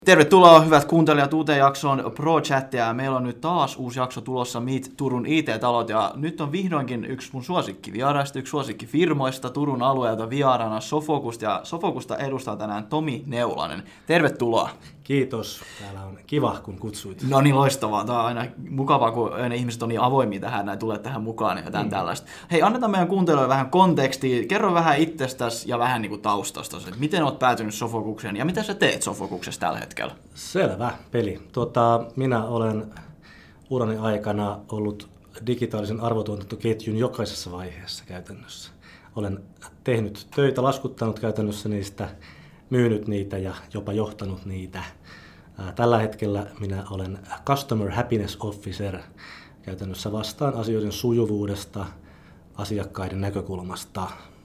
Tervetuloa hyvät kuuntelijat uuteen jaksoon Pro Chattia. Meillä on nyt taas uusi jakso tulossa Meet Turun IT-talot ja nyt on vihdoinkin yksi mun suosikkivieraista, yksi suosikkifirmoista Turun alueelta vieraana Sofocusta ja Sofocusta edustaa tänään Tomi Neulanen. Tervetuloa. Kiitos. Täällä on kiva, kun kutsuit. No niin, loistavaa. Tämä on aina mukavaa, kun ne ihmiset on niin avoimia tähän ja tulee tähän mukaan ja jotain tällaista. Hei, annetaan meidän kuuntelijoille vähän kontekstia. Kerro vähän itsestäsi ja vähän niin kuin taustasta. Miten olet päätynyt Sofocukseen ja mitä sä teet Sofocuksessa tällä hetkellä? Selvä peli. Minä olen urani aikana ollut digitaalisen arvotuotantoketjun jokaisessa vaiheessa käytännössä. Olen tehnyt töitä, laskuttanut käytännössä niistä, myynyt niitä ja jopa johtanut niitä. Tällä hetkellä minä olen Customer Happiness Officer. Käytännössä vastaan asioiden sujuvuudesta, asiakkaiden näkökulmasta.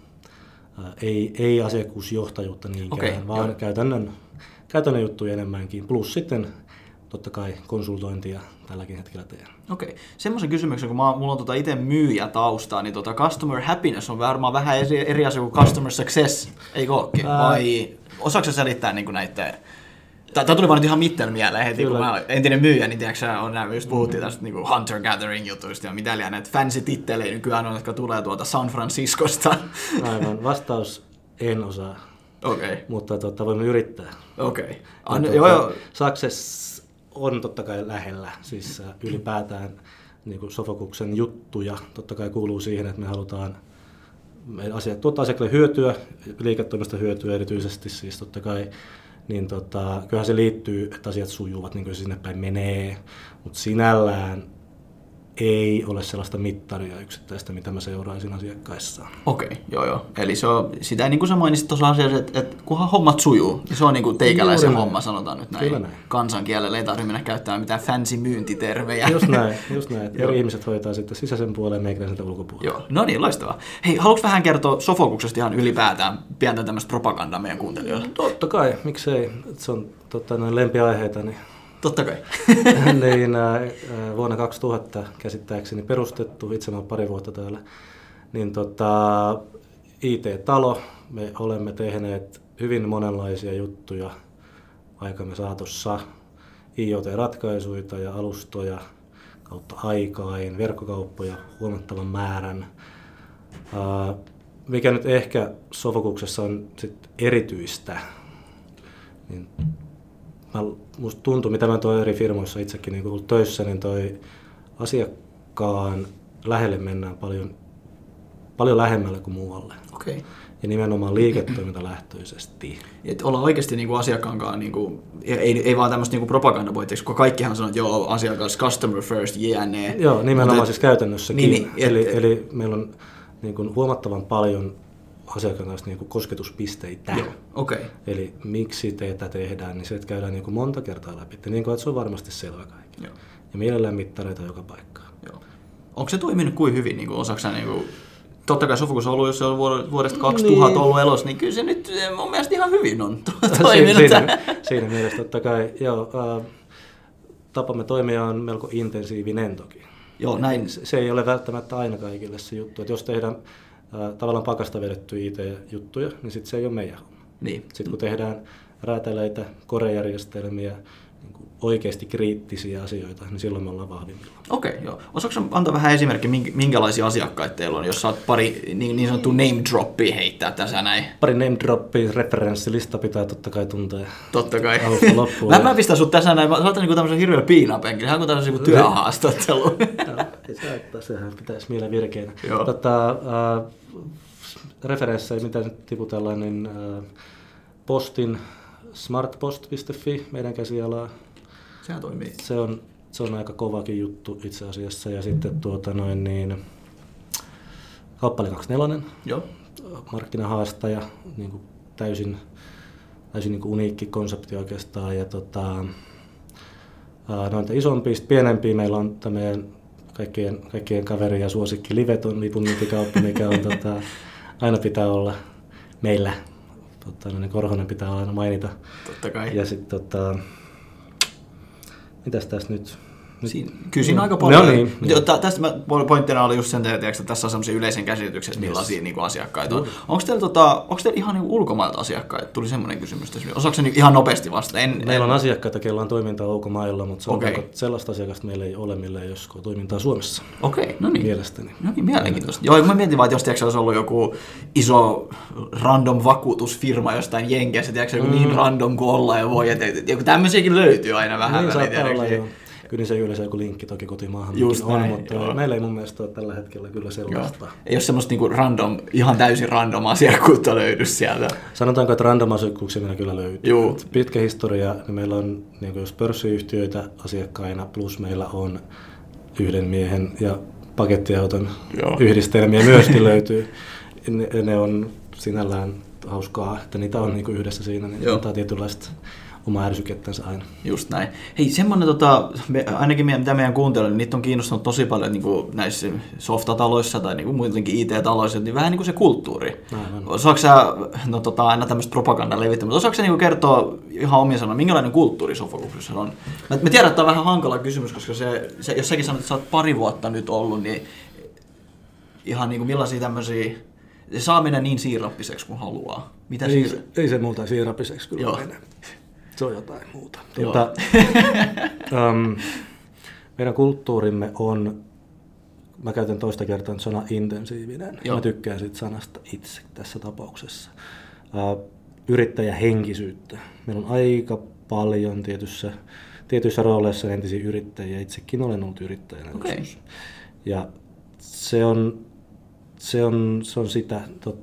Ei asiakkuusjohtajuutta niinkään, vaan käytännön juttuja enemmänkin. Plus sitten totta kai konsultointia tälläkin hetkellä teen. Okei. Semmoisen kysymyksen, kun mulla on itse myyjätaustaa, niin Customer Happiness on varmaan vähän eri asia kuin Customer Success, eikö ookin? Vai osaatko sä selittää niin näitä? Tämä tuli vaan nyt ihan mitään mieleen heti, kun mä olen entinen myyjä, niin tiedätkö just puhuttiin tästä niin hunter-gathering-jutuista ja mitä liian näitä fancy-tittelejä nykyään on, jotka tulee tuolta San Franciscosta. Aivan, vastaus en osaa, mutta voimme yrittää. Okei. Success on totta kai lähellä, siis ylipäätään niin kuin Sofocuksen juttuja totta kai kuuluu siihen, että me halutaan tuottaa asiakkaalle hyötyä, liiketoimista hyötyä erityisesti siis totta kai, niin kyllähän se liittyy, että asiat sujuvat niin kuin se sinne päin menee, mutta sinällään ei ole sellaista mittaria yksittäistä, mitä mä seuraisin asiakkaissa. Okei, joo. Eli se on sitä, niin kuin sä mainitsit tuossa asiassa, että kunhan hommat sujuu, niin se on niin kuin teikäläisen homma, sanotaan nyt näin. Kansankielellä ei tarvitse mennä käyttämään mitään fancy myyntitervejä. Just näin. Eri ihmiset hoitaa sitten sisäisen puolen meikäläiseltä ulkopuolella. Joo, no niin, loistavaa. Hei, haluatko vähän kertoa Sofocuksesta ihan ylipäätään, pientä tämmöistä propagandaa meidän kuuntelijoille? Totta kai, miksei. Se on noin lempiaiheita, niin totta kai. niin, vuonna 2000 käsittääkseni perustettu, itse olen pari vuotta täällä, niin IT-talo. Me olemme tehneet hyvin monenlaisia juttuja aikamme saatossa, IoT-ratkaisuja ja alustoja kautta aikain, verkkokauppoja muhuomattavan määrän. Mikä nyt ehkä Sofocuksessa on sit erityistä, niin musta tuntuu, mitä mä eri firmoissa itsekin niin ollut töissä, niin toi asiakkaan lähelle mennään paljon lähemmälle kuin muualle. Okei. Ja nimenomaan liiketoimintalähtöisesti. Et olla oikeasti niinku asiakkaan kanssa, niinku, ei vaan tämmöistä niinku propagandapoitteeksi, kun kaikkihan sanoo, että joo, asiakas, customer first, jne. Joo, nimenomaan siis käytännössäkin. Eli meillä on niinku huomattavan paljon asiakkaan kanssa niin kosketuspisteitä. Joo, okei. Eli miksi tätä tehdään, niin se käydään niin monta kertaa läpi. Niin kuin, että se on varmasti selvä kaikki. Joo. Ja mielellään mittareita joka paikkaan. Joo. Onko se toiminut kuin hyvin? Niin osaatko sä, totta kai Sofocus on ollut, jos se on vuodesta 2000 ollut elossa, niin kyllä se nyt mun mielestä ihan hyvin on toiminut. Siinä mielessä totta kai, joo. Tapamme toimia on melko intensiivinen toki. Joo, näin. Se ei ole välttämättä aina kaikille se juttu, että jos tehdään tavallaan pakasta vedettyjä IT-juttuja, niin sitten se ei ole meidän homma. Niin. Sitten kun tehdään räätäleitä, korejärjestelmiä, niin oikeasti kriittisiä asioita, niin silloin me ollaan vahvimmilla. Okei, joo. Osaatko antaa vähän esimerkki, minkälaisia asiakkaita teillä on, jos saat pari niin sanottu name droppia heittää tässä näin? Pari name droppia, referenssilista pitää totta kai tuntea. Totta kai. Alusta loppuun. Mä pistän sut tässä näin, mä saatan niinku tämmöisen hirveän piinapenkin, hän on tämmöisen niinku työhaastattelu. Ei saattaa, sehän pitäisi mielen virkeänä. Joo. Referenssejä, mitä nyt tiputellaan, niin postin smartpost.fi, meidän käsialaa. Sehän toimii. Se on aika kovakin juttu itse asiassa. Ja sitten Kauppali 24, joo. Markkinahaastaja, niin kuin täysin niin kuin uniikki konsepti oikeastaan. Ja noita isompia, pienempiä meillä on meidän kaikkien kaveri ja suosikki Liveton lipunmyyntikauppa, mikä on aina pitää olla meillä. Korhonen pitää aina mainita. Totta kai. Ja sitten mitäs tässä nyt? Kyllä siinä aika paljon. No niin. Tästä pointtina oli just sen, että tässä on sellaisia yleisen käsityksiä, että millaisia niin asiakkaita on. Onko teillä ihan niin ulkomailta asiakkaita? Tuli semmoinen kysymys tässä. Osaako se ihan nopeasti vastata? Meillä on asiakkaita, joilla on toimintaa ulkomailla, mutta sellaista asiakasta meillä ei ole, millä ei ole toimintaa Suomessa. Okei, no niin. Mielestäni. No niin, mielenkiintoista. Joo, kun mä mietin vaan, että jos olisi ollut joku iso random vakuutusfirma jostain Jenkeissä, joku niin random kuin ollaan ja voi, että tämmöisiäkin löytyy aina vähän. Niin saattaa olla, joo. Kyllä se yleensä joku linkki toki kotimaahan on, mutta meillä ei mun mielestä ole tällä hetkellä kyllä sellaista. Joo. Ei ole semmoista niinku ihan täysin random asiakkuutta löydy sieltä. Sanotaanko, että random asiakkuuksia meillä kyllä löytyy. Joo. Pitkä historia, niin meillä on niin jos pörssiyhtiöitä asiakkaina, plus meillä on yhden miehen ja pakettiauton yhdistelmiä myöskin löytyy. Ne on sinällään hauskaa, että niitä on niin yhdessä siinä, niin antaa tietynlaista oma ärsykettänsä aina. Just näin. Hei, semmoinen, ainakin mitä meidän kuuntelijoille, niin niitä on kiinnostunut tosi paljon niin kuin näissä softataloissa tai niin kuin muutenkin IT-taloissa, niin vähän niin kuin se kulttuuri. Osaatko sä, aina tämmöistä propagandaa levittää, mutta osaatko sä niin kertoa ihan omia sanoa, minkälainen kulttuuri Sofocuksessa on? Mä tiedän, että tämä on vähän hankala kysymys, koska se, jos säkin sanot, että sä oot pari vuotta nyt ollut, niin ihan niin kuin millaisia tämmöisiä, se saa mennä niin siirappiseksi kuin haluaa. Mitä ei se multa siirappiseksi kyllä mene. Se on jotain muuta. Meidän kulttuurimme on, mä käytän toista kertaa sana intensiivinen. Mä tykkään siitä sanasta itse tässä tapauksessa. Yrittäjähenkisyyttä. Meillä on aika paljon tietyissä rooleissa entisiä yrittäjiä. Itsekin olen ollut yrittäjänä. Okay. Ja se on sitä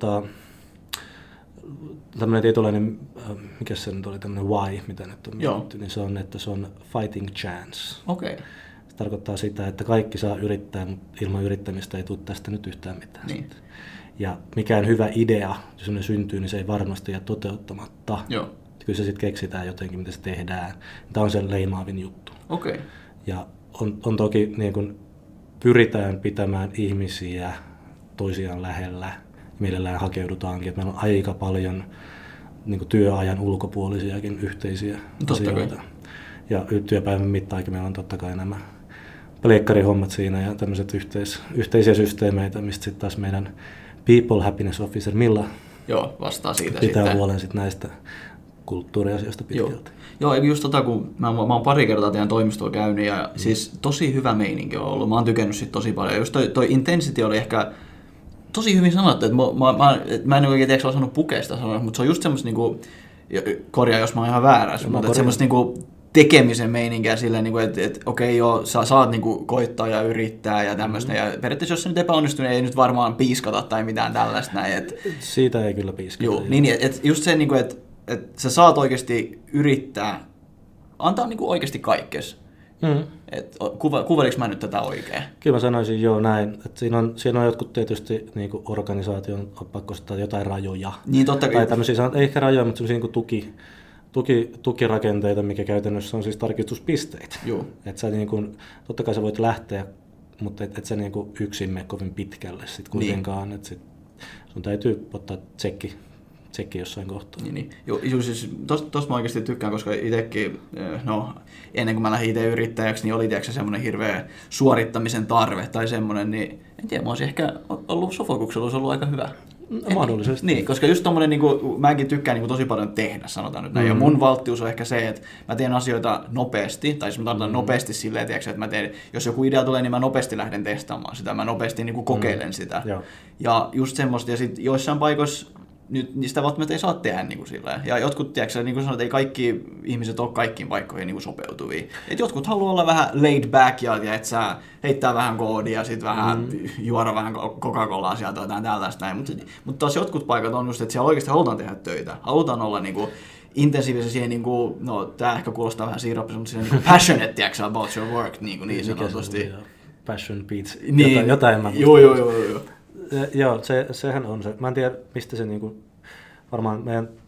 tämmöinen tietynlainen, mikä se nyt oli, tämmöinen why, mitä nyt on mietitty, niin se on, että se on fighting chance. Okay. Se tarkoittaa sitä, että kaikki saa yrittää, mutta ilman yrittämistä ei tule tästä nyt yhtään mitään. Niin. Ja mikään hyvä idea, jos se syntyy, niin se ei varmasti jää toteuttamatta. Joo. Kyllä se sitten keksitään jotenkin, mitä se tehdään. Tämä on se leimaavin juttu. Okay. Ja on toki, niin kun pyritään pitämään ihmisiä toisiaan lähellä, mielellään hakeudutaankin, että meillä on aika paljon niin kuin työajan ulkopuolisiakin yhteisiä asioita. Ja työpäivän mittaakin meillä on totta kai nämä pleikkarihommat siinä ja tämmöiset yhteisiä systeemeitä, mistä sitten taas meidän People Happiness Officer Milla vastaa siitä pitää huolen sit näistä kulttuuriasioista pitkälti. Joo, just kun mä oon pari kertaa teidän toimistoa käynyt ja siis tosi hyvä meininki on ollut. Mä oon tykännyt siitä tosi paljon. Just toi intensity oli ehkä tosi hyvin sanottu, että mä en oikein tiedä, osannut pukeista sanoa, mutta se on just semmoista, niinku, korjaa jos mä oon ihan väärässä, mutta semmoista niinku, tekemisen meininkiä silleen, niinku, että okei, sä saat niinku, koittaa ja yrittää ja tämmöistä, ja periaatteessa jos se nyt epäonnistuu, niin ei nyt varmaan piiskata tai mitään tällaista näin. Siitä ei kyllä piiskata. Joo, niin, että just se, niinku, että sä saat oikeasti yrittää, antaa niinku, oikeasti kaikkes. Kuvailiko mä nyt tätä oikein? Kyllä mä sanoisin näin. Että siinä on jotkut tietysti niin organisaation pakko ottaa jotain rajoja. Niin, totta kai. Tai tämmöisiä, ei ehkä rajoja, mutta sellaisia niin tukirakenteita, mikä käytännössä on siis tarkistuspisteitä. Joo. Että sä totta kai sä voit lähteä, mutta et sä yksin mene kovin pitkälle sit kuitenkaan. Niin. Että sun täytyy ottaa tsekki jossain kohtaa. Niin. Joo, siis tosta mä oikeasti tykkään, koska itsekin, ennen kuin mä lähdin itse yrittäjäksi, niin oli semmoinen hirveä suorittamisen tarve tai semmoinen, niin en tiedä, mä olisin ehkä ollut Sofocuksella, olisi ollut aika hyvä. Mahdollisesti. Niin, koska just tommonen, mäkin tykkään tosi paljon tehdä, sanotaan nyt näin. Ja mun valttius on ehkä se, että mä teen asioita nopeasti, tai siis mä tarkoitan nopeasti silleen, että mä teen, jos joku idea tulee, niin mä nopeasti lähden testaamaan sitä, mä nopeasti kokeilen sitä. Ja just semmoista, ja sit joissain paikoissa nyt niistä välttämättä ei saa tehdä niin kuin silleen. Ja jotkut, tiedätkö, niin kuin sanoit, ei kaikki ihmiset ole kaikkiin paikkoihin niin kuin sopeutuvia. Et jotkut haluaa olla vähän laid back ja et sä heittää vähän koodia ja sitten vähän juoda vähän Coca-Colaa sieltä tai jotain tällaista näin. Mutta taas jotkut paikat on just, että siellä oikeasti halutaan tehdä töitä. Halutaan olla niin kuin intensiivisesti, niin kuin, tää ehkä kuulostaa vähän siirappi, mutta niin passionate, tiedätkö, about your work, niin sanotusti. Passion beats, niin, jotain mä Joo. Joo, sehän on se. Mä en tiedä, mistä se varmaan meidän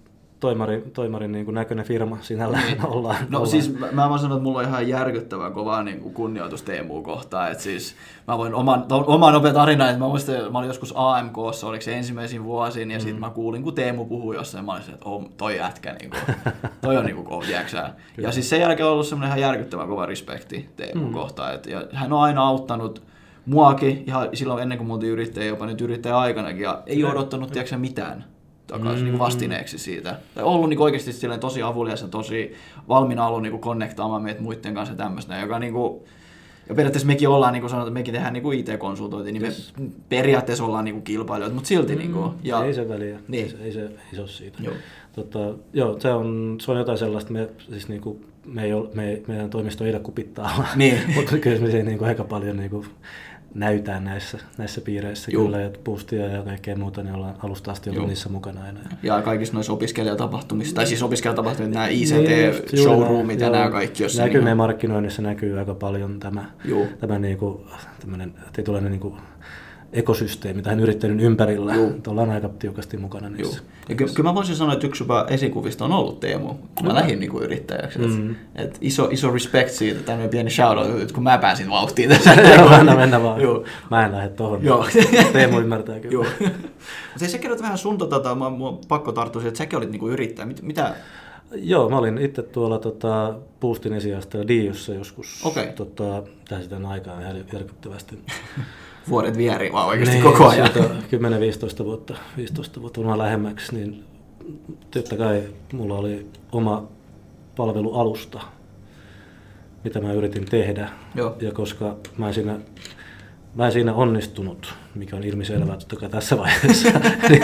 toimarin niin kuin näköinen firma sinällään ollaan. No siis mä voin sanoa, että mulla on ihan järkyttävän kovaa niin kuin kunnioitus Teemua kohtaan. Että siis mä voin oman nopea tarina, että mä muistan, mä olin joskus AMK:ssa, oliko se ensimmäisiin vuosiin, ja sitten mä kuulin, kun Teemu puhui jossain, mä olin että toi jätkä, niin kuin, toi on niin kuin kohjääksää. Ja siis sen jälkeen on ollut semmoinen ihan järkyttävän kova respekti Teemun kohtaan. Ja hän on aina auttanut muakin, ihan silloin ennen kuin me oltiin yrittäjä, jopa nyt yrittäjäaikanakin, ja ei odottanut tiedätkö mitään takaisin niin vastineeksi siitä. Tai ollut niin oikeasti silleen tosi avulias ja tosi valmiina ollut niin konnektaamaan meitä muiden kanssa ja tämmöistä, joka niin kuin, ja periaatteessa mekin ollaan, niin kuin sanotaan, että mekin tehdään niin IT-konsultointia, niin me periaatteessa ollaan niin kuin mutta silti. Niin kuin, ja, ei se väliä, niin. ei se siitä. Joo. Se on jotain sellaista, siis niin kuin, meidän toimisto ei ole kupittaa, niin. mutta kyllä me niin kuin aika paljon niin kuin näytään näissä piireissä kyllä, ja boostia ja kaikkea muuta, niin ollaan alusta asti ollut niissä mukana aina. Ja kaikissa noissa opiskelijatapahtumissa, tai siis opiskelijatapahtumissa, nämä ICT-showroomit ja nämä kaikki. Näkyy meidän markkinoinnissa näkyy aika paljon tämä niinku, tämmöinen tietynlainen niinku ekosysteemi tähän yrittäjän ympärillä. Ollaan aika tiukasti mukana niissä. Ja kyllä mä voisin sanoa, että yksi jopa esikuvista on ollut Teemu, kun mä lähdin niin kuin yrittäjäksi. Et iso respect siitä, tämmöinen pieni shoutout, kun mä pääsin vauhtiin tässä. Mennä vaan. Mä en lähde tohon. Teemu ymmärtää kyllä. Mutta sä kerrot vähän sun, mä pakko tarttua siihen, että säkin olit niin kuin yrittäjä. Mitä? Joo, mä olin itse tuolla Boostin esiasteella Diossa joskus. Tähän aikaan järkyttävästi. Vuodet vieri vaan oikeasti koko ajan. 10-15 vuotta varmaan lähemmäksi, niin totta kai mulla oli oma palvelualusta, mitä mä yritin tehdä. Joo. Ja koska mä en siinä onnistunut, mikä on ilmiselvää totta kai tässä vaiheessa, niin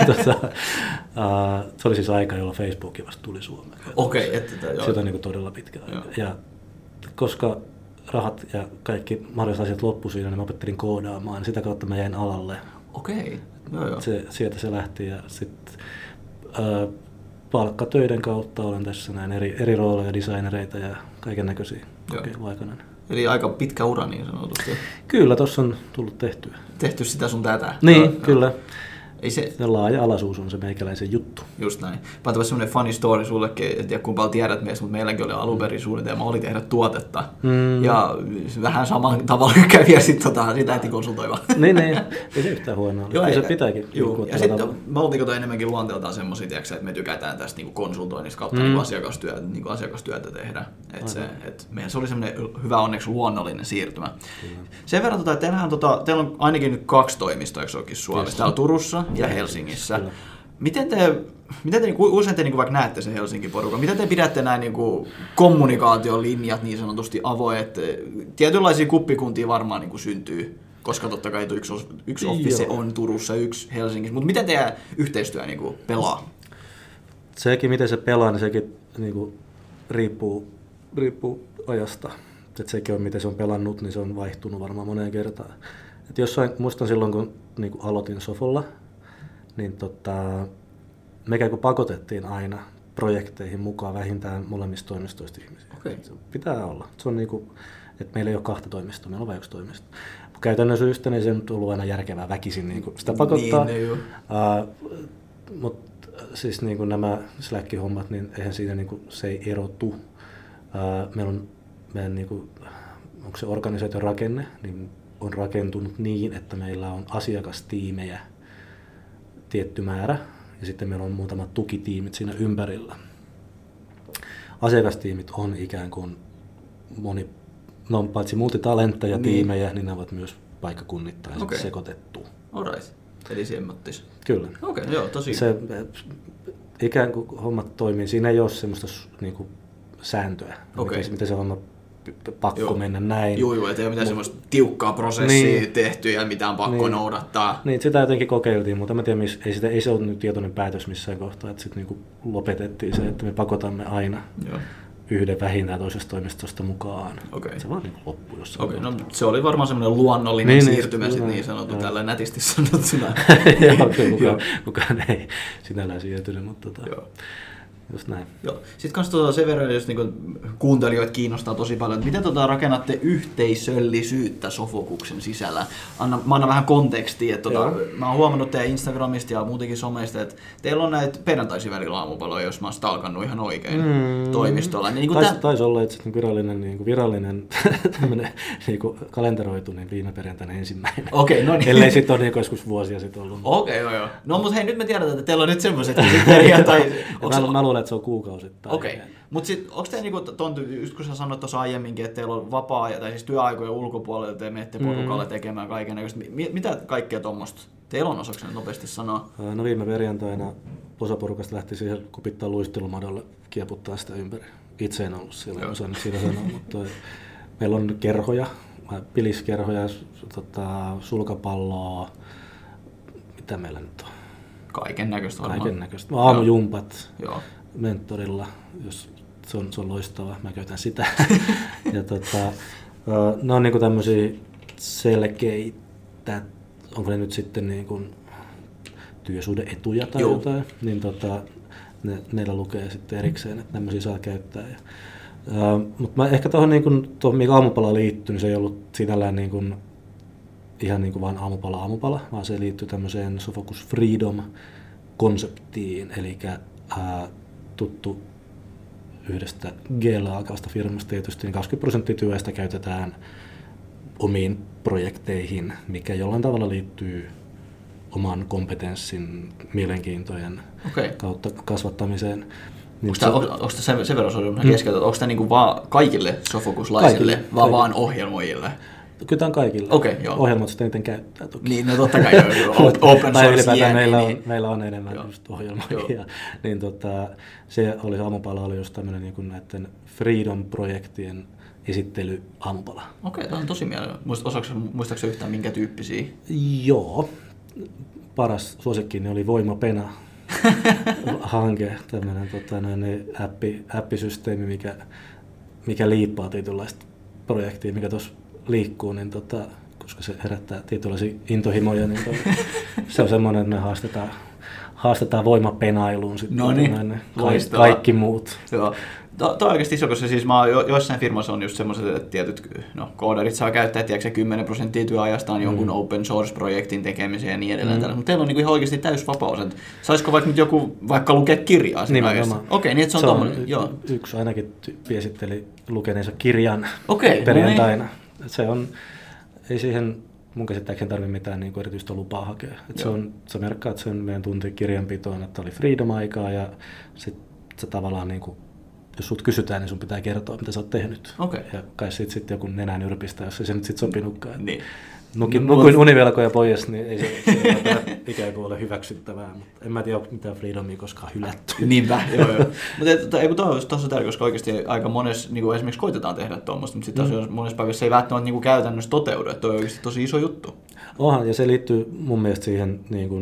se oli siis aika, jolloin Facebook vasta tuli Suomeen. Se on niin kuin todella pitkä aika. Ja koska rahat ja kaikki mahdolliset asiat loppu siinä, niin mä opettelin koodaamaan. Sitä kautta mä jäin alalle. Sieltä se lähti ja sitten palkkatöiden kautta olen tässä näin eri rooleja, designereita ja kaiken näköisiä kokeilua aikana. Eli aika pitkä ura niin sanotusti. Kyllä, tuossa on tullut tehtyä. Tehty sitä sun tätä. Niin, kyllä. Ei se laaja-alaisuus on se meikäläisen juttu. Just näin. Pantapas semmoinen funny story sullekin, en tiedä kuinka tiedät meistä, mutta meilläkin oli alun perin suunnitelma oli tehdä tuotetta. Ja vähän saman tavalla kävi sitten sitä ehti konsultoimaan. Niin, ei se yhtään huonoa. Kyllä se pitääkin. Ja sitten me oltiin enemmänkin luonteeltaan semmoisia, että me tykätään tästä niinku konsultoinnista kautta niinku asiakastyötä tehdä. Se oli semmoinen hyvä onneksi luonnollinen siirtymä. Sen verran, että teillä on ainakin nyt 2 toimistoa, eikö se olekin Suomessa? Täällä Turussa ja Helsingissä. Kyllä. Miten te usein te vaikka näette sen Helsingin porukan, miten te pidätte nämä kommunikaatiolinjat niin sanotusti avoet? Tietynlaisia kuppikuntia varmaan syntyy, koska totta kai yksi office on Turussa, yksi Helsingissä, mutta miten teidän yhteistyö pelaa? Sekin, miten se pelaa, niin sekin riippuu ajasta. Että sekin on, miten se on pelannut, niin se on vaihtunut varmaan moneen kertaan. Muistan silloin, kun aloitin Sofolla, niin me pakotettiin aina projekteihin mukaan vähintään molemmista toimistoista ihmisiä. Se pitää olla. Se on että meillä ei ole 2 toimistoa, meillä on vain 1 toimisto. Käytännön syystä niin se on ollut aina järkevää väkisin sitä pakottaa. Mutta siis nämä Slack-hommat, niin eihän siinä se ei erotu. Meillä on onko se organisaation rakenne, niin on rakentunut niin, että meillä on asiakastiimejä tietty määrä ja sitten meillä on muutamat tukitiimit siinä ympärillä. Asiakastiimit on ikään kuin ne on paitsi multitalentteja tiimejä, niin ne ovat myös paikkakunnittain sekoitettu. Alright. Eli siemmottis. Kyllä. Joo, tosi. Se ikään kuin hommat toimii. Siinä ei ole semmoista sääntöä, miten se homma pakko mennä näin. Joo, ettei ole mitään semmoista tiukkaa prosessia tehty ja mitään pakko noudattaa. Niin, sitä jotenkin kokeiltiin, mutta en tiedä, ei se ollut nyt tietoinen päätös missään kohtaa, että sitten lopetettiin se, että me pakotamme aina yhden vähintään toisesta toimistosta mukaan. Se vaan loppui jossain. No, se oli varmaan semmoinen luonnollinen siirtymä niin sanottu, tällä nätisti sanottuna. Kukaan ei sinällään siirtynyt, mutta Just näin. Joo. Sitten kans sen verran, jos niinku kuuntelijoita kiinnostaa tosi paljon, että miten rakennatte yhteisöllisyyttä Sofokuksen sisällä? Mä annan vähän kontekstia, että mä oon huomannut teidän Instagramista ja muutenkin someista, että teillä on näitä perjantaisin välillä aamupaloja, jos mä oon stalkannut ihan oikein toimistolla. Niin taisi olla itse virallinen niinku kalenteroitu niin viime perjantaina ensimmäinen. Okei, no niin. Ellei sitten ole joskus vuosia sitten ollut. Okei, joo. No mutta hei, nyt me tiedetään, että teillä on nyt semmoiset perjantai. Mä luulen, että se on kuukausittain. Okei. Mutta sitten onko teillä niinku, just kun sä sanoit tuossa aiemminkin, että teillä on vapaa- tai siis työaikojen ulkopuolella, te menette porukalle tekemään kaikennäköistä. Mitä kaikkea tuommoista teillä on, osaako nopeasti sanoa? No viime perjantaina osa porukasta lähti siihen kupittaa luistelumadolle kieputtaa sitä ympäri. Itse en ollut siellä, en osannut siitä sanoa, mutta meillä on kerhoja, piliskerhoja, sulkapalloa, mitä meillä nyt on? Kaikennäköistä varmaan. Kaikennäköistä. Aamujumpat mentorilla, jos se on loistavaa, mä käytän sitä. Ja ne on niinku tämmöisiä selkeitä, onko ne nyt sitten niinku työsuhde-etuja tai jotain, niin neillä lukee sitten erikseen, että tämmöisiä saa käyttää. Mutta ehkä tuohon, mikä aamupala liittyy, niin se ei ollut sinällään ihan vaan aamupala, vaan se liittyy tämmöiseen Sofocus Freedom-konseptiin, eli tuttu yhdestä G:llä alkavasta firmasta tietysti, niin 20% työstä käytetään omiin projekteihin, mikä jollain tavalla liittyy oman kompetenssin, mielenkiintojen kautta kasvattamiseen. Onko tämä sen verran keskeytät, onko tämä vaan kaikille Sofocuslaisille, vaan ohjelmoijille? Kyllä tämä on kaikille. Ohjelmat sitä eniten käyttää toki. Niin, no totta kai open source meillä on enemmän just ohjelmoijia. Niin se oli aamupala, oli just tämmöinen näiden Freedom-projektien esittely aamupala. Okei, tämä on tosi mielenkiintoista. Muistaakseni yhtään minkä tyyppisiä? Joo. Paras suosikkini oli Voimapena-hanke, tämmöinen appisysteemi, mikä liippaa tietynlaista projektia, mikä tuossa liikkuu, niin koska se herättää tietynlaisia intohimoja, niin se on semmoinen, että me haastetaan voimapenailuun sitten kaikki muut. Joo. Tuo on oikeasti iso, koska siis joissain firmassa on just semmoiset, että tietyt koodarit saa käyttää, tiedätkö, 10% työajastaan jonkun open source-projektin tekemiseen ja niin edelleen. Mutta teillä on ihan oikeasti täys vapaus. Saisiko vaikka nyt joku lukea kirjaa? Nimenomaan. Okei, niin että se on tommoinen. Yksi ainakin tyyppi esitteli lukeneensa kirjan perjantaina. Se on, ei siihen mun käsittääkseni tarvitse mitään erityistä lupaa hakea. Se merkkaa, että se on meidän tunti kirjanpitoon, että oli Freedom-aikaa ja sitten se tavallaan jos sut kysytään, niin sun pitää kertoa, mitä sä oot tehnyt. Ja kai sitten joku nenään yrpistää, jos ei se nyt sitten sopinutkaan. Niin. Nukuin univelkoja pois, niin ei se ikään kuin ole hyväksyttävää. Mutta en mä tiedä, mitä Freedomia koskaan hylätty. Niinpä, joo. Mutta tuo on tosi tärkeä, koska oikeasti aika monessa, esimerkiksi koitetaan tehdä tuommoista, mutta sitten monessa paikassa se ei välttämättä käytännössä toteudu. Että toi on oikeasti tosi iso juttu. Onhan, ja se liittyy mun mielestä siihen,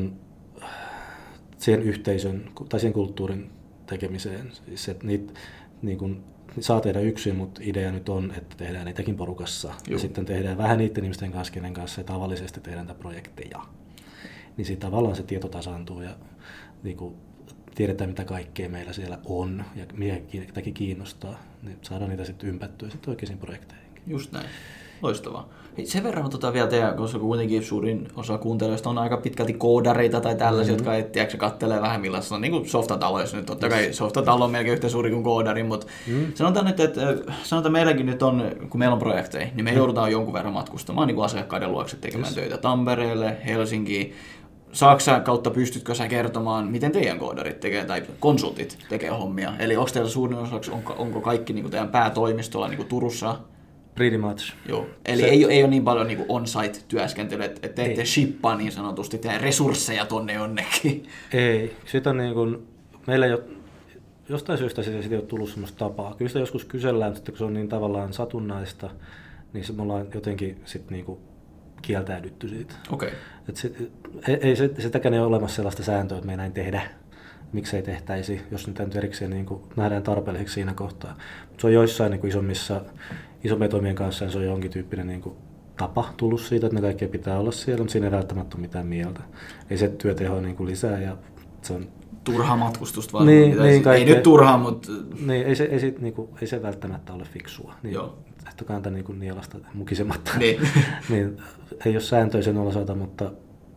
siihen yhteisön tai siihen kulttuurin tekemiseen. Siis, että niitä saa tehdä yksin, mutta idea nyt on, että tehdään niitäkin porukassa. Ja sitten tehdään vähän niiden ihmisten kanssa, kenen kanssa tavallisesti tehdään näitä projekteja. Niin siitä tavallaan se tieto tasaantuu ja tiedetään, mitä kaikkea meillä siellä on ja mitäkin kiinnostaa. Niin saadaan niitä sitten ympättyä sitten oikeisiin projekteihin. Just näin. Loistavaa. Sen verran vielä teidän, koska kuitenkin suurin osa kuuntelijoista on aika pitkälti koodareita tai tällaisia, jotka kattelee vähän millaista on niin softataloissa nyt. Totta kai softatalo on melkein yhtä suuri kuin koodari, mutta sanotaan nyt, että meilläkin nyt on, kun meillä on projekteja, niin me joudutaan jonkun verran matkustamaan asiakkaiden luokse tekemään töitä Tampereelle, Helsinkiin. Saksan kautta pystytkö sä kertomaan, miten teidän koodarit tekee tai konsultit tekee hommia? Eli onko teillä suurin osaksi, onko kaikki teidän päätoimistolla Turussa? Pretty much. Joo. Eli ei ole niin paljon on-site-työskentelyä, että te ette shippaa niin sanotusti teidän resursseja tonne jonnekin. Ei. Sitä meillä ei ole, jostain syystä siitä ei ole tullut sellaista tapaa. Kyllä sitä joskus kysellään, että kun se on niin tavallaan satunnaista, niin me ollaan jotenkin sitten kieltäydytty siitä. Okei. Sitäkään ei ole olemassa sellaista sääntöä, että me ei näin tehdä. Miksei tehtäisi, jos nyt erikseen nähdään tarpeelliseksi siinä kohtaa. Mutta se on joissain isommien toimien kanssa se on jonkin tyyppinen tapa tullut siitä, että ne kaikkea pitää olla siellä, mutta siinä ei välttämättä ole mitään mieltä. Ei se työteho lisää ja se on turhaa matkustusta vaan. Niin, ei nyt turhaa, mutta... Niin, ei se välttämättä ole fiksua. Niin, joo. Että kannattaa niinku nielasta mukisematta. Niin. Niin, ei ole sääntöisen osalta, mutta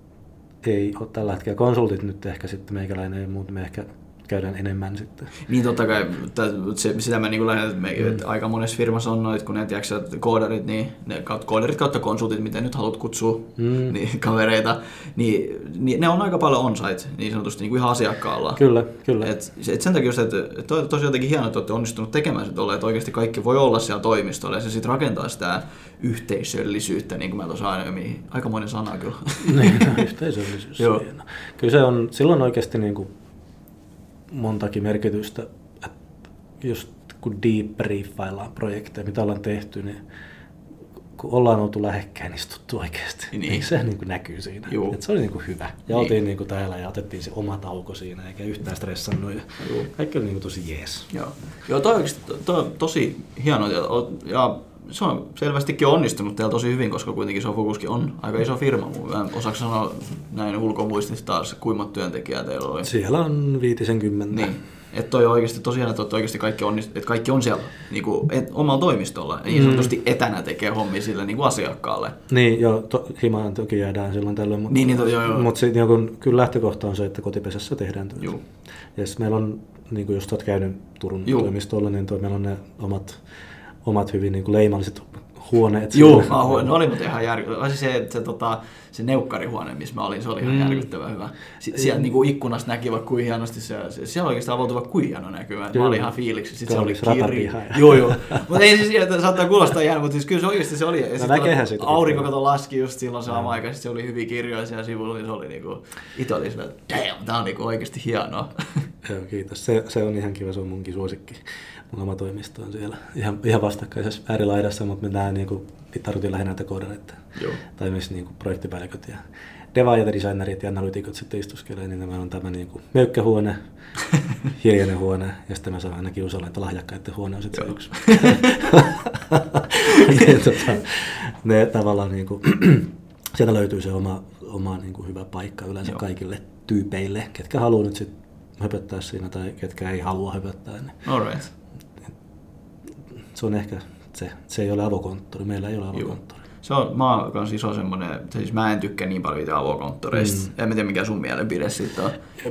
ei ole tällä hetkellä konsultit nyt ehkä sitten meikäläinen ei muuta, me ehkä käydään enemmän sitten. Niin totta kai, sitä mä niin lähden, että aika monessa firmassa on noit, kun ne koodarit, niin ne koodarit kautta konsultit, miten nyt haluat kutsua niin, kavereita, niin ne on aika paljon on-site, niin sanotusti niin kuin ihan asiakkaalla. Kyllä. Et sen takia, että on tosiaan jotenkin hienoa, että olette onnistunut tekemään sitä, että oikeasti kaikki voi olla siellä toimistolla ja se sitten rakentaa sitä yhteisöllisyyttä, niin kuin mä tuossa aikamoinen sana kyllä. Niin, yhteisöllisyys. Kyllä se on silloin oikeasti niin kuin montakin merkitystä, että just kun debriefaillaan projekteja, mitä ollaan tehty, niin kun ollaan oltu lähekkäin istuttu oikeasti, niin se niin kuin näkyy siinä. Että se oli niin kuin hyvä. Ja oltiin niin kuin täällä ja otettiin se oma tauko siinä, eikä yhtään stressannut. Kaikki oli niin kuin tosi jees. Joo, toi on tosi hienoa. Ja se on selvästikin onnistunut teillä tosi hyvin, koska kuitenkin Sofukuskin on aika iso firma. Osaako sanoa näin ulkomuistista taas, kuinka työntekijää teillä oli? Siellä on 50. Niin. Että toi on oikeasti tosiaan, että oikeasti kaikki on siellä niin kuin, omalla toimistolla. Niin sanotusti etänä tekee hommia sille niin kuin asiakkaalle. Niin, joo, himaan toki jäädään silloin tällöin. Mutta joo. Kyllä lähtökohta on se, että kotipesässä tehdään työtä. Ja meillä on, niin kuin just olet käynyt Turun toimistolla, niin meillä on ne omat hyvin niin kuin leimalliset huoneet. Joo, ne oli muuten ihan järkyttävää. Se neukkarihuone, missä mä olin, se oli ihan järkyttävän hyvä. Sieltä niinku ikkunasta näki vaikka kuin hienosti siellä oikeastaan avoutui vaikka kuin hieno näkymä. Mä olin ihan fiiliksi. Sitten se oli kirja. Joo. Mutta ei siis että saattaa kuulostaa jäänyt, mutta siis kyllä se oikeasti se oli. Ja sitten aurinko kato laski just silloin samaan aikaan. Se oli hyvin kirjoja siellä sivulla, niin se oli niinku itse oli sillä, että damn, tää on niinku oikeasti hienoa. Joo, kiitos. Se on ihan kiva, se on munkin suosikki. Mun oma toimisto on siellä ihan vastakkaisessa äärilaidassa, mutta me nähdään niinku tarkoitin lähinnä näitä koodareita. Tai myös niinku projektipäälliköt ja devaajat ja designerit ja analytikot sitten istuskelee, niin meillä on tämä niinku möykkähuone, hiljainen huone ja sitten mä saan aina kiusalla, että lahjakkaiden huone on sitten se yksi. Ne tavallaan niinku, sieltä löytyy se oma niinku hyvä paikka yleensä kaikille tyypeille, ketkä haluaa nyt sitten höpöttää siinä tai ketkä ei halua höpöttää. Niin. All right. Se on ehkä se ei ole avokonttori, meillä ei ole avokonttori. Mä oon kans iso semmonen, siis mä en tykkää niin paljon itse avokonttoreista. En tiedä mikä sun mielipide siitä on.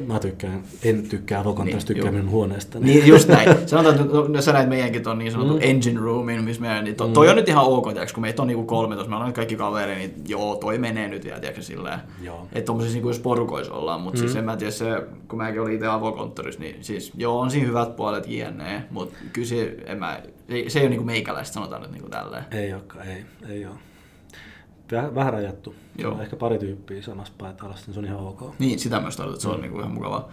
En tykkää avokonttorista, tykkää minun huoneesta. Niin just näin. Sanotaan, että sä näet meidänkin ton niin sanotun engine roomin, missä meidän, niin toi on nyt ihan ok, kun meitä on niinku 13, me ollaan nyt kaikki kaveri, niin joo, toi menee nyt vielä, tiedätkö silleen. Että tommosissa niinku jos porukoissa ollaan, mutta siis en mä tiedä se, kun mäkin olin itse avokonttorissa, niin siis joo, on siinä hyvät puolet jne, mutta kyllä se ei ole niinku meikäläistä, sanotaan nyt niinku tälleen. Ei olekaan, ei ole. Vähän rajattu. On ehkä pari tyyppiä samassa paikassa, niin se on ihan ok. Niin, sitä myös tarkoittaa, että se on niinku ihan mukavaa.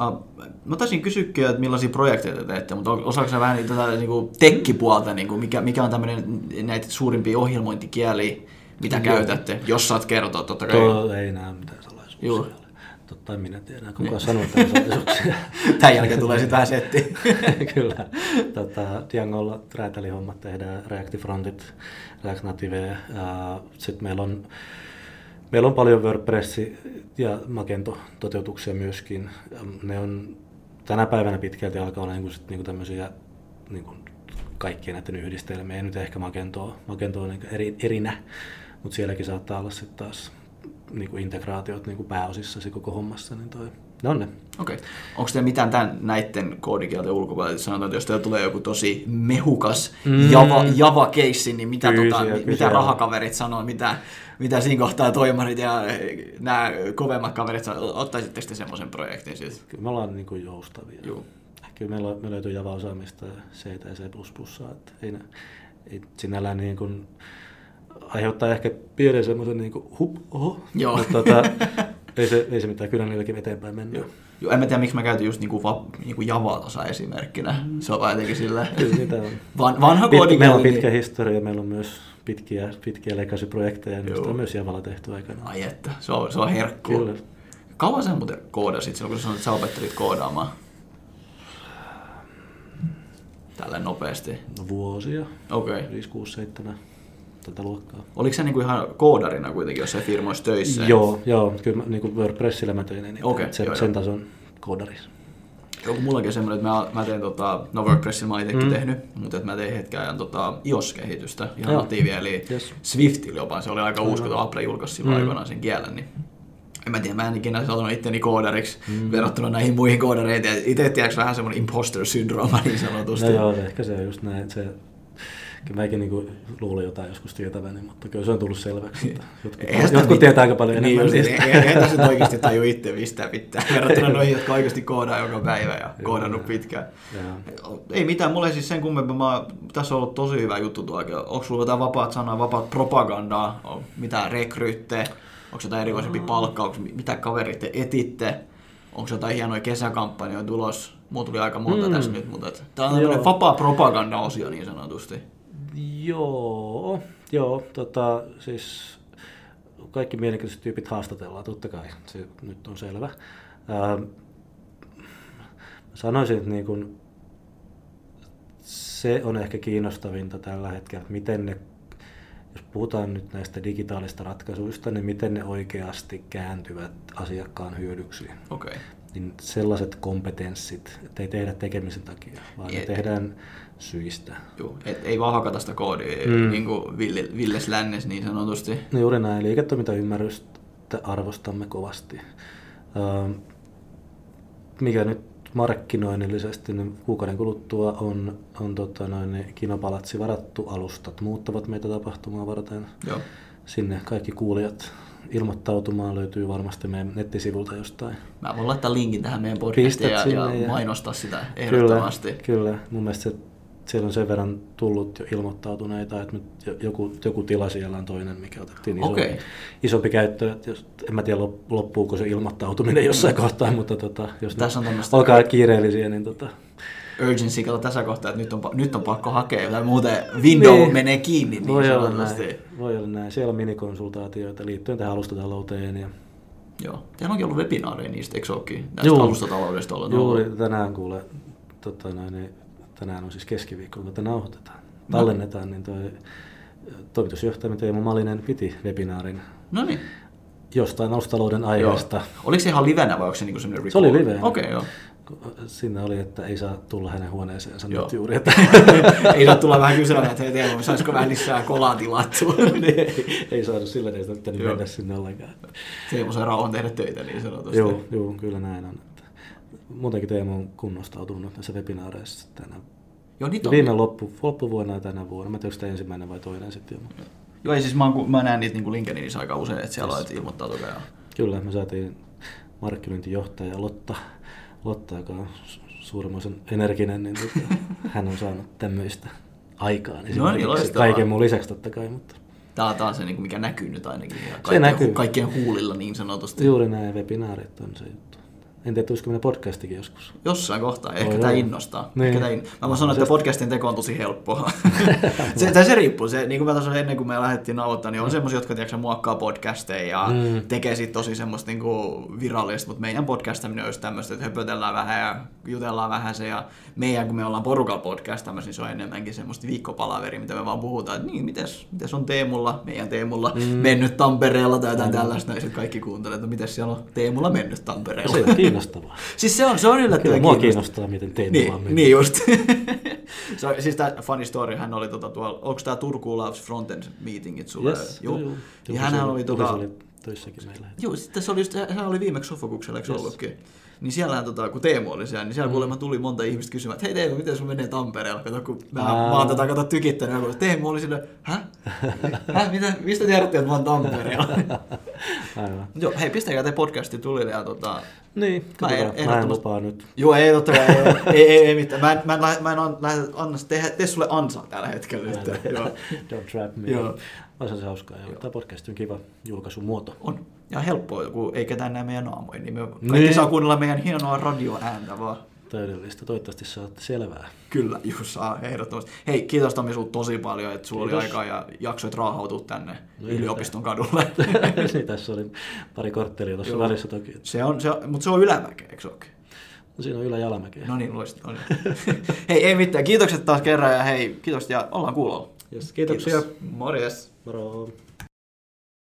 Mä taisin kysyä, että millaisia projekteja te teette, mutta osaatko sä vähän tätä niinku tekkipuolta, niinku, mikä on tämmöinen näitä suurimpia ohjelmointikieliä, mitä käytätte, jos saat kertoa totta kai. Ei näe mitään salaisuuksia. Totta en minä tiedä, kuka sanoo tämän salaisuuksia. Tämän jälkeen tulee sitten vähän settiä. Kyllä. Djangolla räätälihommat tehdään, Reactive-frontit, React Native. Sitten meillä on paljon WordPress- ja Magento-toteutuksia myöskin. Ne on tänä päivänä pitkälti alkaa olla niinku tämmöisiä niinku kaikkien näiden yhdistelmiä. Ei nyt ehkä Magento on niinku erinä, mutta sielläkin saattaa olla sitten taas niinku integraatiot niinku pääosissa se koko hommassa, niin ne on ne. Okei. Onko teillä mitään näiden koodikielten ulkopuolella, että sanotaan, että jos teillä tulee joku tosi mehukas Java-keissi, niin mitä rahakaverit sanoo, mitä siinä kohtaa toimarit ja nämä kovemmat kaverit sanoo, ottaisitteko te semmoisen projektin siis? Kyllä me ollaan niinku joustavia. Kyllä me löytyy Java-osaamista ja C ja C++, että ei sinällään niin kuin aiheuttaa ehkä pienen semmoisen niinku mutta ei se mitään, kyllä niilläkin eteenpäin mennään. Joo, en mä tiedä, miksi mä käytin just niinku Javaa tuossa esimerkkinä. Se on vaan jotenkin silleen vanha koodikieli. Meillä on pitkä historia, meillä on myös pitkiä legacy-projekteja, niin sitä on myös Javalla tehty aikanaan. Ai että, se on herkkua. Kyllä. Kauan sä muuten koodasit silloin, kun sä sanoit, että sä opettelit koodaamaan? Tälleen nopeasti. No vuosia. Okei. 5, 6, 7. Tätä luokkaa. Oliko sä niinku ihan koodarina kuitenkin jossain firmoissa töissä? Joo, kyllä niinku WordPressillä mä tein, niin sen tason koodari. Joku mullakin on semmoinen, että mä teen WordPressin mä oon itsekin tehnyt, mutta että mä tein hetken ajan iOS-kehitystä ihan natiivia, eli Swiftillä jopa. Se oli aika uusi, kun Apple julkaisi silloin aikoinaan sen kielen. Niin en mä tiedä, mä en ikinä sanonut itteni koodariksi verrattuna näihin muihin koodareihin. Itse tiedätkö vähän semmoinen imposter-syndrooma niin sanotusti. No joo, ehkä se on just näin. Mäkin niinku luulin jotain joskus tietäväni, mutta kyllä se on tullut selväksi. Jotkut tietää aika paljon enemmän niistä. Eihän tässä oikeasti taju itse mistä pitää. Verrattuna noihin, jotka oikeasti koodaa joka päivä ja koodannut pitkään. Ei mitään, mulla ei siis sen kummempaa. Tässä on ollut tosi hyvä juttu tuolla. Onko sulla jotain vapaat sanaa, vapaat propagandaa, mitään rekryyttejä? Onko jotain erikoisempia palkkauksia, mitä kaverit te etitte? Onko jotain hienoja kesäkampanjoja tulos? Mulla tuli aika monta tässä nyt, mutta tämä on tämmöinen vapaa propaganda-osio niin sanotusti. Joo, siis kaikki mielenkiintoiset tyypit haastatellaan, totta kai, se nyt on selvä. Sanoisin, että niin kun se on ehkä kiinnostavinta tällä hetkellä, että miten ne, jos puhutaan nyt näistä digitaalista ratkaisuista, niin miten ne oikeasti kääntyvät asiakkaan hyödyksi. Okay. Niin sellaiset kompetenssit, että ei tehdä tekemisen takia, vaan ne tehdään syistä. Joo, ei vaan hakata sitä koodia, niin kuin Villes Lännes niin sanotusti. No juuri näin, liiketoimintaymmärrystä arvostamme kovasti. Mikä nyt markkinoinnillisesti, niin kuukauden kuluttua on Kinopalatsi varattu alustat, muuttavat meitä tapahtumaa varten. Joo. Sinne kaikki kuulijat ilmoittautumaan löytyy varmasti meidän nettisivulta jostain. Mä voin laittaa linkin tähän meidän podcastiin ja mainostaa sitä ehdottomasti. Kyllä. Mun mielestä siellä on sen verran tullut jo ilmoittautuneita, että joku tila siellä on toinen, mikä otettiin isompi käyttö. En mä tiedä, loppuuko se ilmoittautuminen jossain kohtaa, mutta jos olkaa kiireellisiä, niin urgency tässä kohtaa, että nyt on pakko hakea, tai muuten window menee kiinni. Niin voi olla näin. Siellä on minikonsultaatioita liittyen tähän alustatalouteen. Joo. Teillä onkin ollut webinaareja niistä, eikö olekin? Näistä alustataloudesta olla. Juuri tänään kuule, tänään on siis keskiviikko, kun tätä nauhoitetaan. Tallennetaan, niin toimitusjohtajamme Teemu Malinen piti webinaarin. No niin. Jostain alustatalouden aiheesta. Joo. Oliko se ihan livenä vai onko se niinku semmoinen record? Se oli live. Okei, joo. Siinä oli, että ei saa tulla hänen huoneeseensa nyt juuri. Että ei saa tulla vähän kyselemään, että hei Teemu, saisiko vähän lisää kolaa tilattua? ei saanut sillä, ei sitä mennä sinne ollenkaan. Teemu sai rauhan tehdä töitä niin sanotusti. Joo, kyllä näin on. Muutenkin Teemu on kunnostautunut näissä webinaareissa tänään. Viime loppuvuonna ja tänä vuonna. Mä en tiedä, onko sitä ensimmäinen vai toinen sitten jo. Joo, ei siis mä näen niitä niin LinkedInissä aika usein, että siellä on ilmoittautukaa. Kyllä, me saatiin markkinointijohtaja Lotta, joka on suuremmoisen energinen, niin hän on saanut tämmöistä aikaan. Esimerkiksi kaiken muun lisäksi totta kai. Mutta Tämä on se, mikä näkyy nyt ainakin. Se näkyy. Kaikkien huulilla niin sanotusti. Juuri näin, webinaarit on se juttu. En tiedä, tulisiko meidän podcastikin joskus. Jossain kohtaa. Ehkä tämä innostaa. Niin. Mä voin sanoa, että podcastin teko on tosi helppoa. se riippuu. Niin kuin mä tuossa ennen kuin me lähdettiin nauhoittamaan, niin on semmoisia, jotka tiedätkö, muokkaa podcasteja ja tekee sit tosi semmoista niin kuin virallista. Mutta meidän podcastaminen olisi tämmöistä, että höpötellään vähän ja jutellaan vähän se. Ja meidän, kun me ollaan porukalla podcastamassa, niin se on enemmänkin semmoista viikkopalaveria, mitä me vaan puhutaan. Että niin, mites on meidän Teemulla mennyt Tampereella tai jotain tällaista. Ja sitten kaikki kuuntelee, että mites siellä on Teemulla mennyt Tampereella. Se on kiinnostavaa. Siis se on yllättävän kiinnostavaa. Mua kiinnostaa, miten Teemu on mennyt. Niin just. Siis tämä funny story, hän oli tuolla, onko tämä Turku Loves Frontend meetingit sulle? Yes, joo. Ja hän oli töissäkin meillä. Joo, sitten hän oli viimeksi Sofokuksella, eikö ollutkin? Niin siellähän, kun Teemu oli siellä, niin siellä kuulemma tuli monta ihmistä kysymään, että hei Teemu, miten sun menee Tampereella? Kato, kun mä oon tykittänyt, ja Teemu oli silleen, mistä tiedätte, että mä oon Tampereella? Aivan. Joo, hei, pistäkää te podcasti tulille ja Niin, mä en lupaa nyt. Joo, ei totta kai, ei mitään. Mä en anna tee sulle ansaa tällä hetkellä. Don't trap me. Joo. Olisi se hauskaa. Tämä podcast on kiva julkaisumuoto. On. Ja helppoa, kun ei ketään näe meidän naamoja, niin me kaikki saa kuunnella meidän hienoa radioääntä vaan. Täydellistä. Toivottavasti saatte selvää. Kyllä, just saa ehdottomasti. Hei, kiitos Tommi sulta tosi paljon, että sulla oli aikaa ja jaksoit raahautua tänne yliopiston kadulle. Niin, tässä oli pari korttelia tuossa välissä toki. Mutta se on ylämäkeä, eikö se olekin? No siinä on ylä- ja alamäkeä. No niin, loistavaa. Hei, ei mitään. Kiitokset taas kerran ja hei, kiitos ja ollaan kuulolla. Yes, kiitoksia. Kiitos. Morjes. Moro.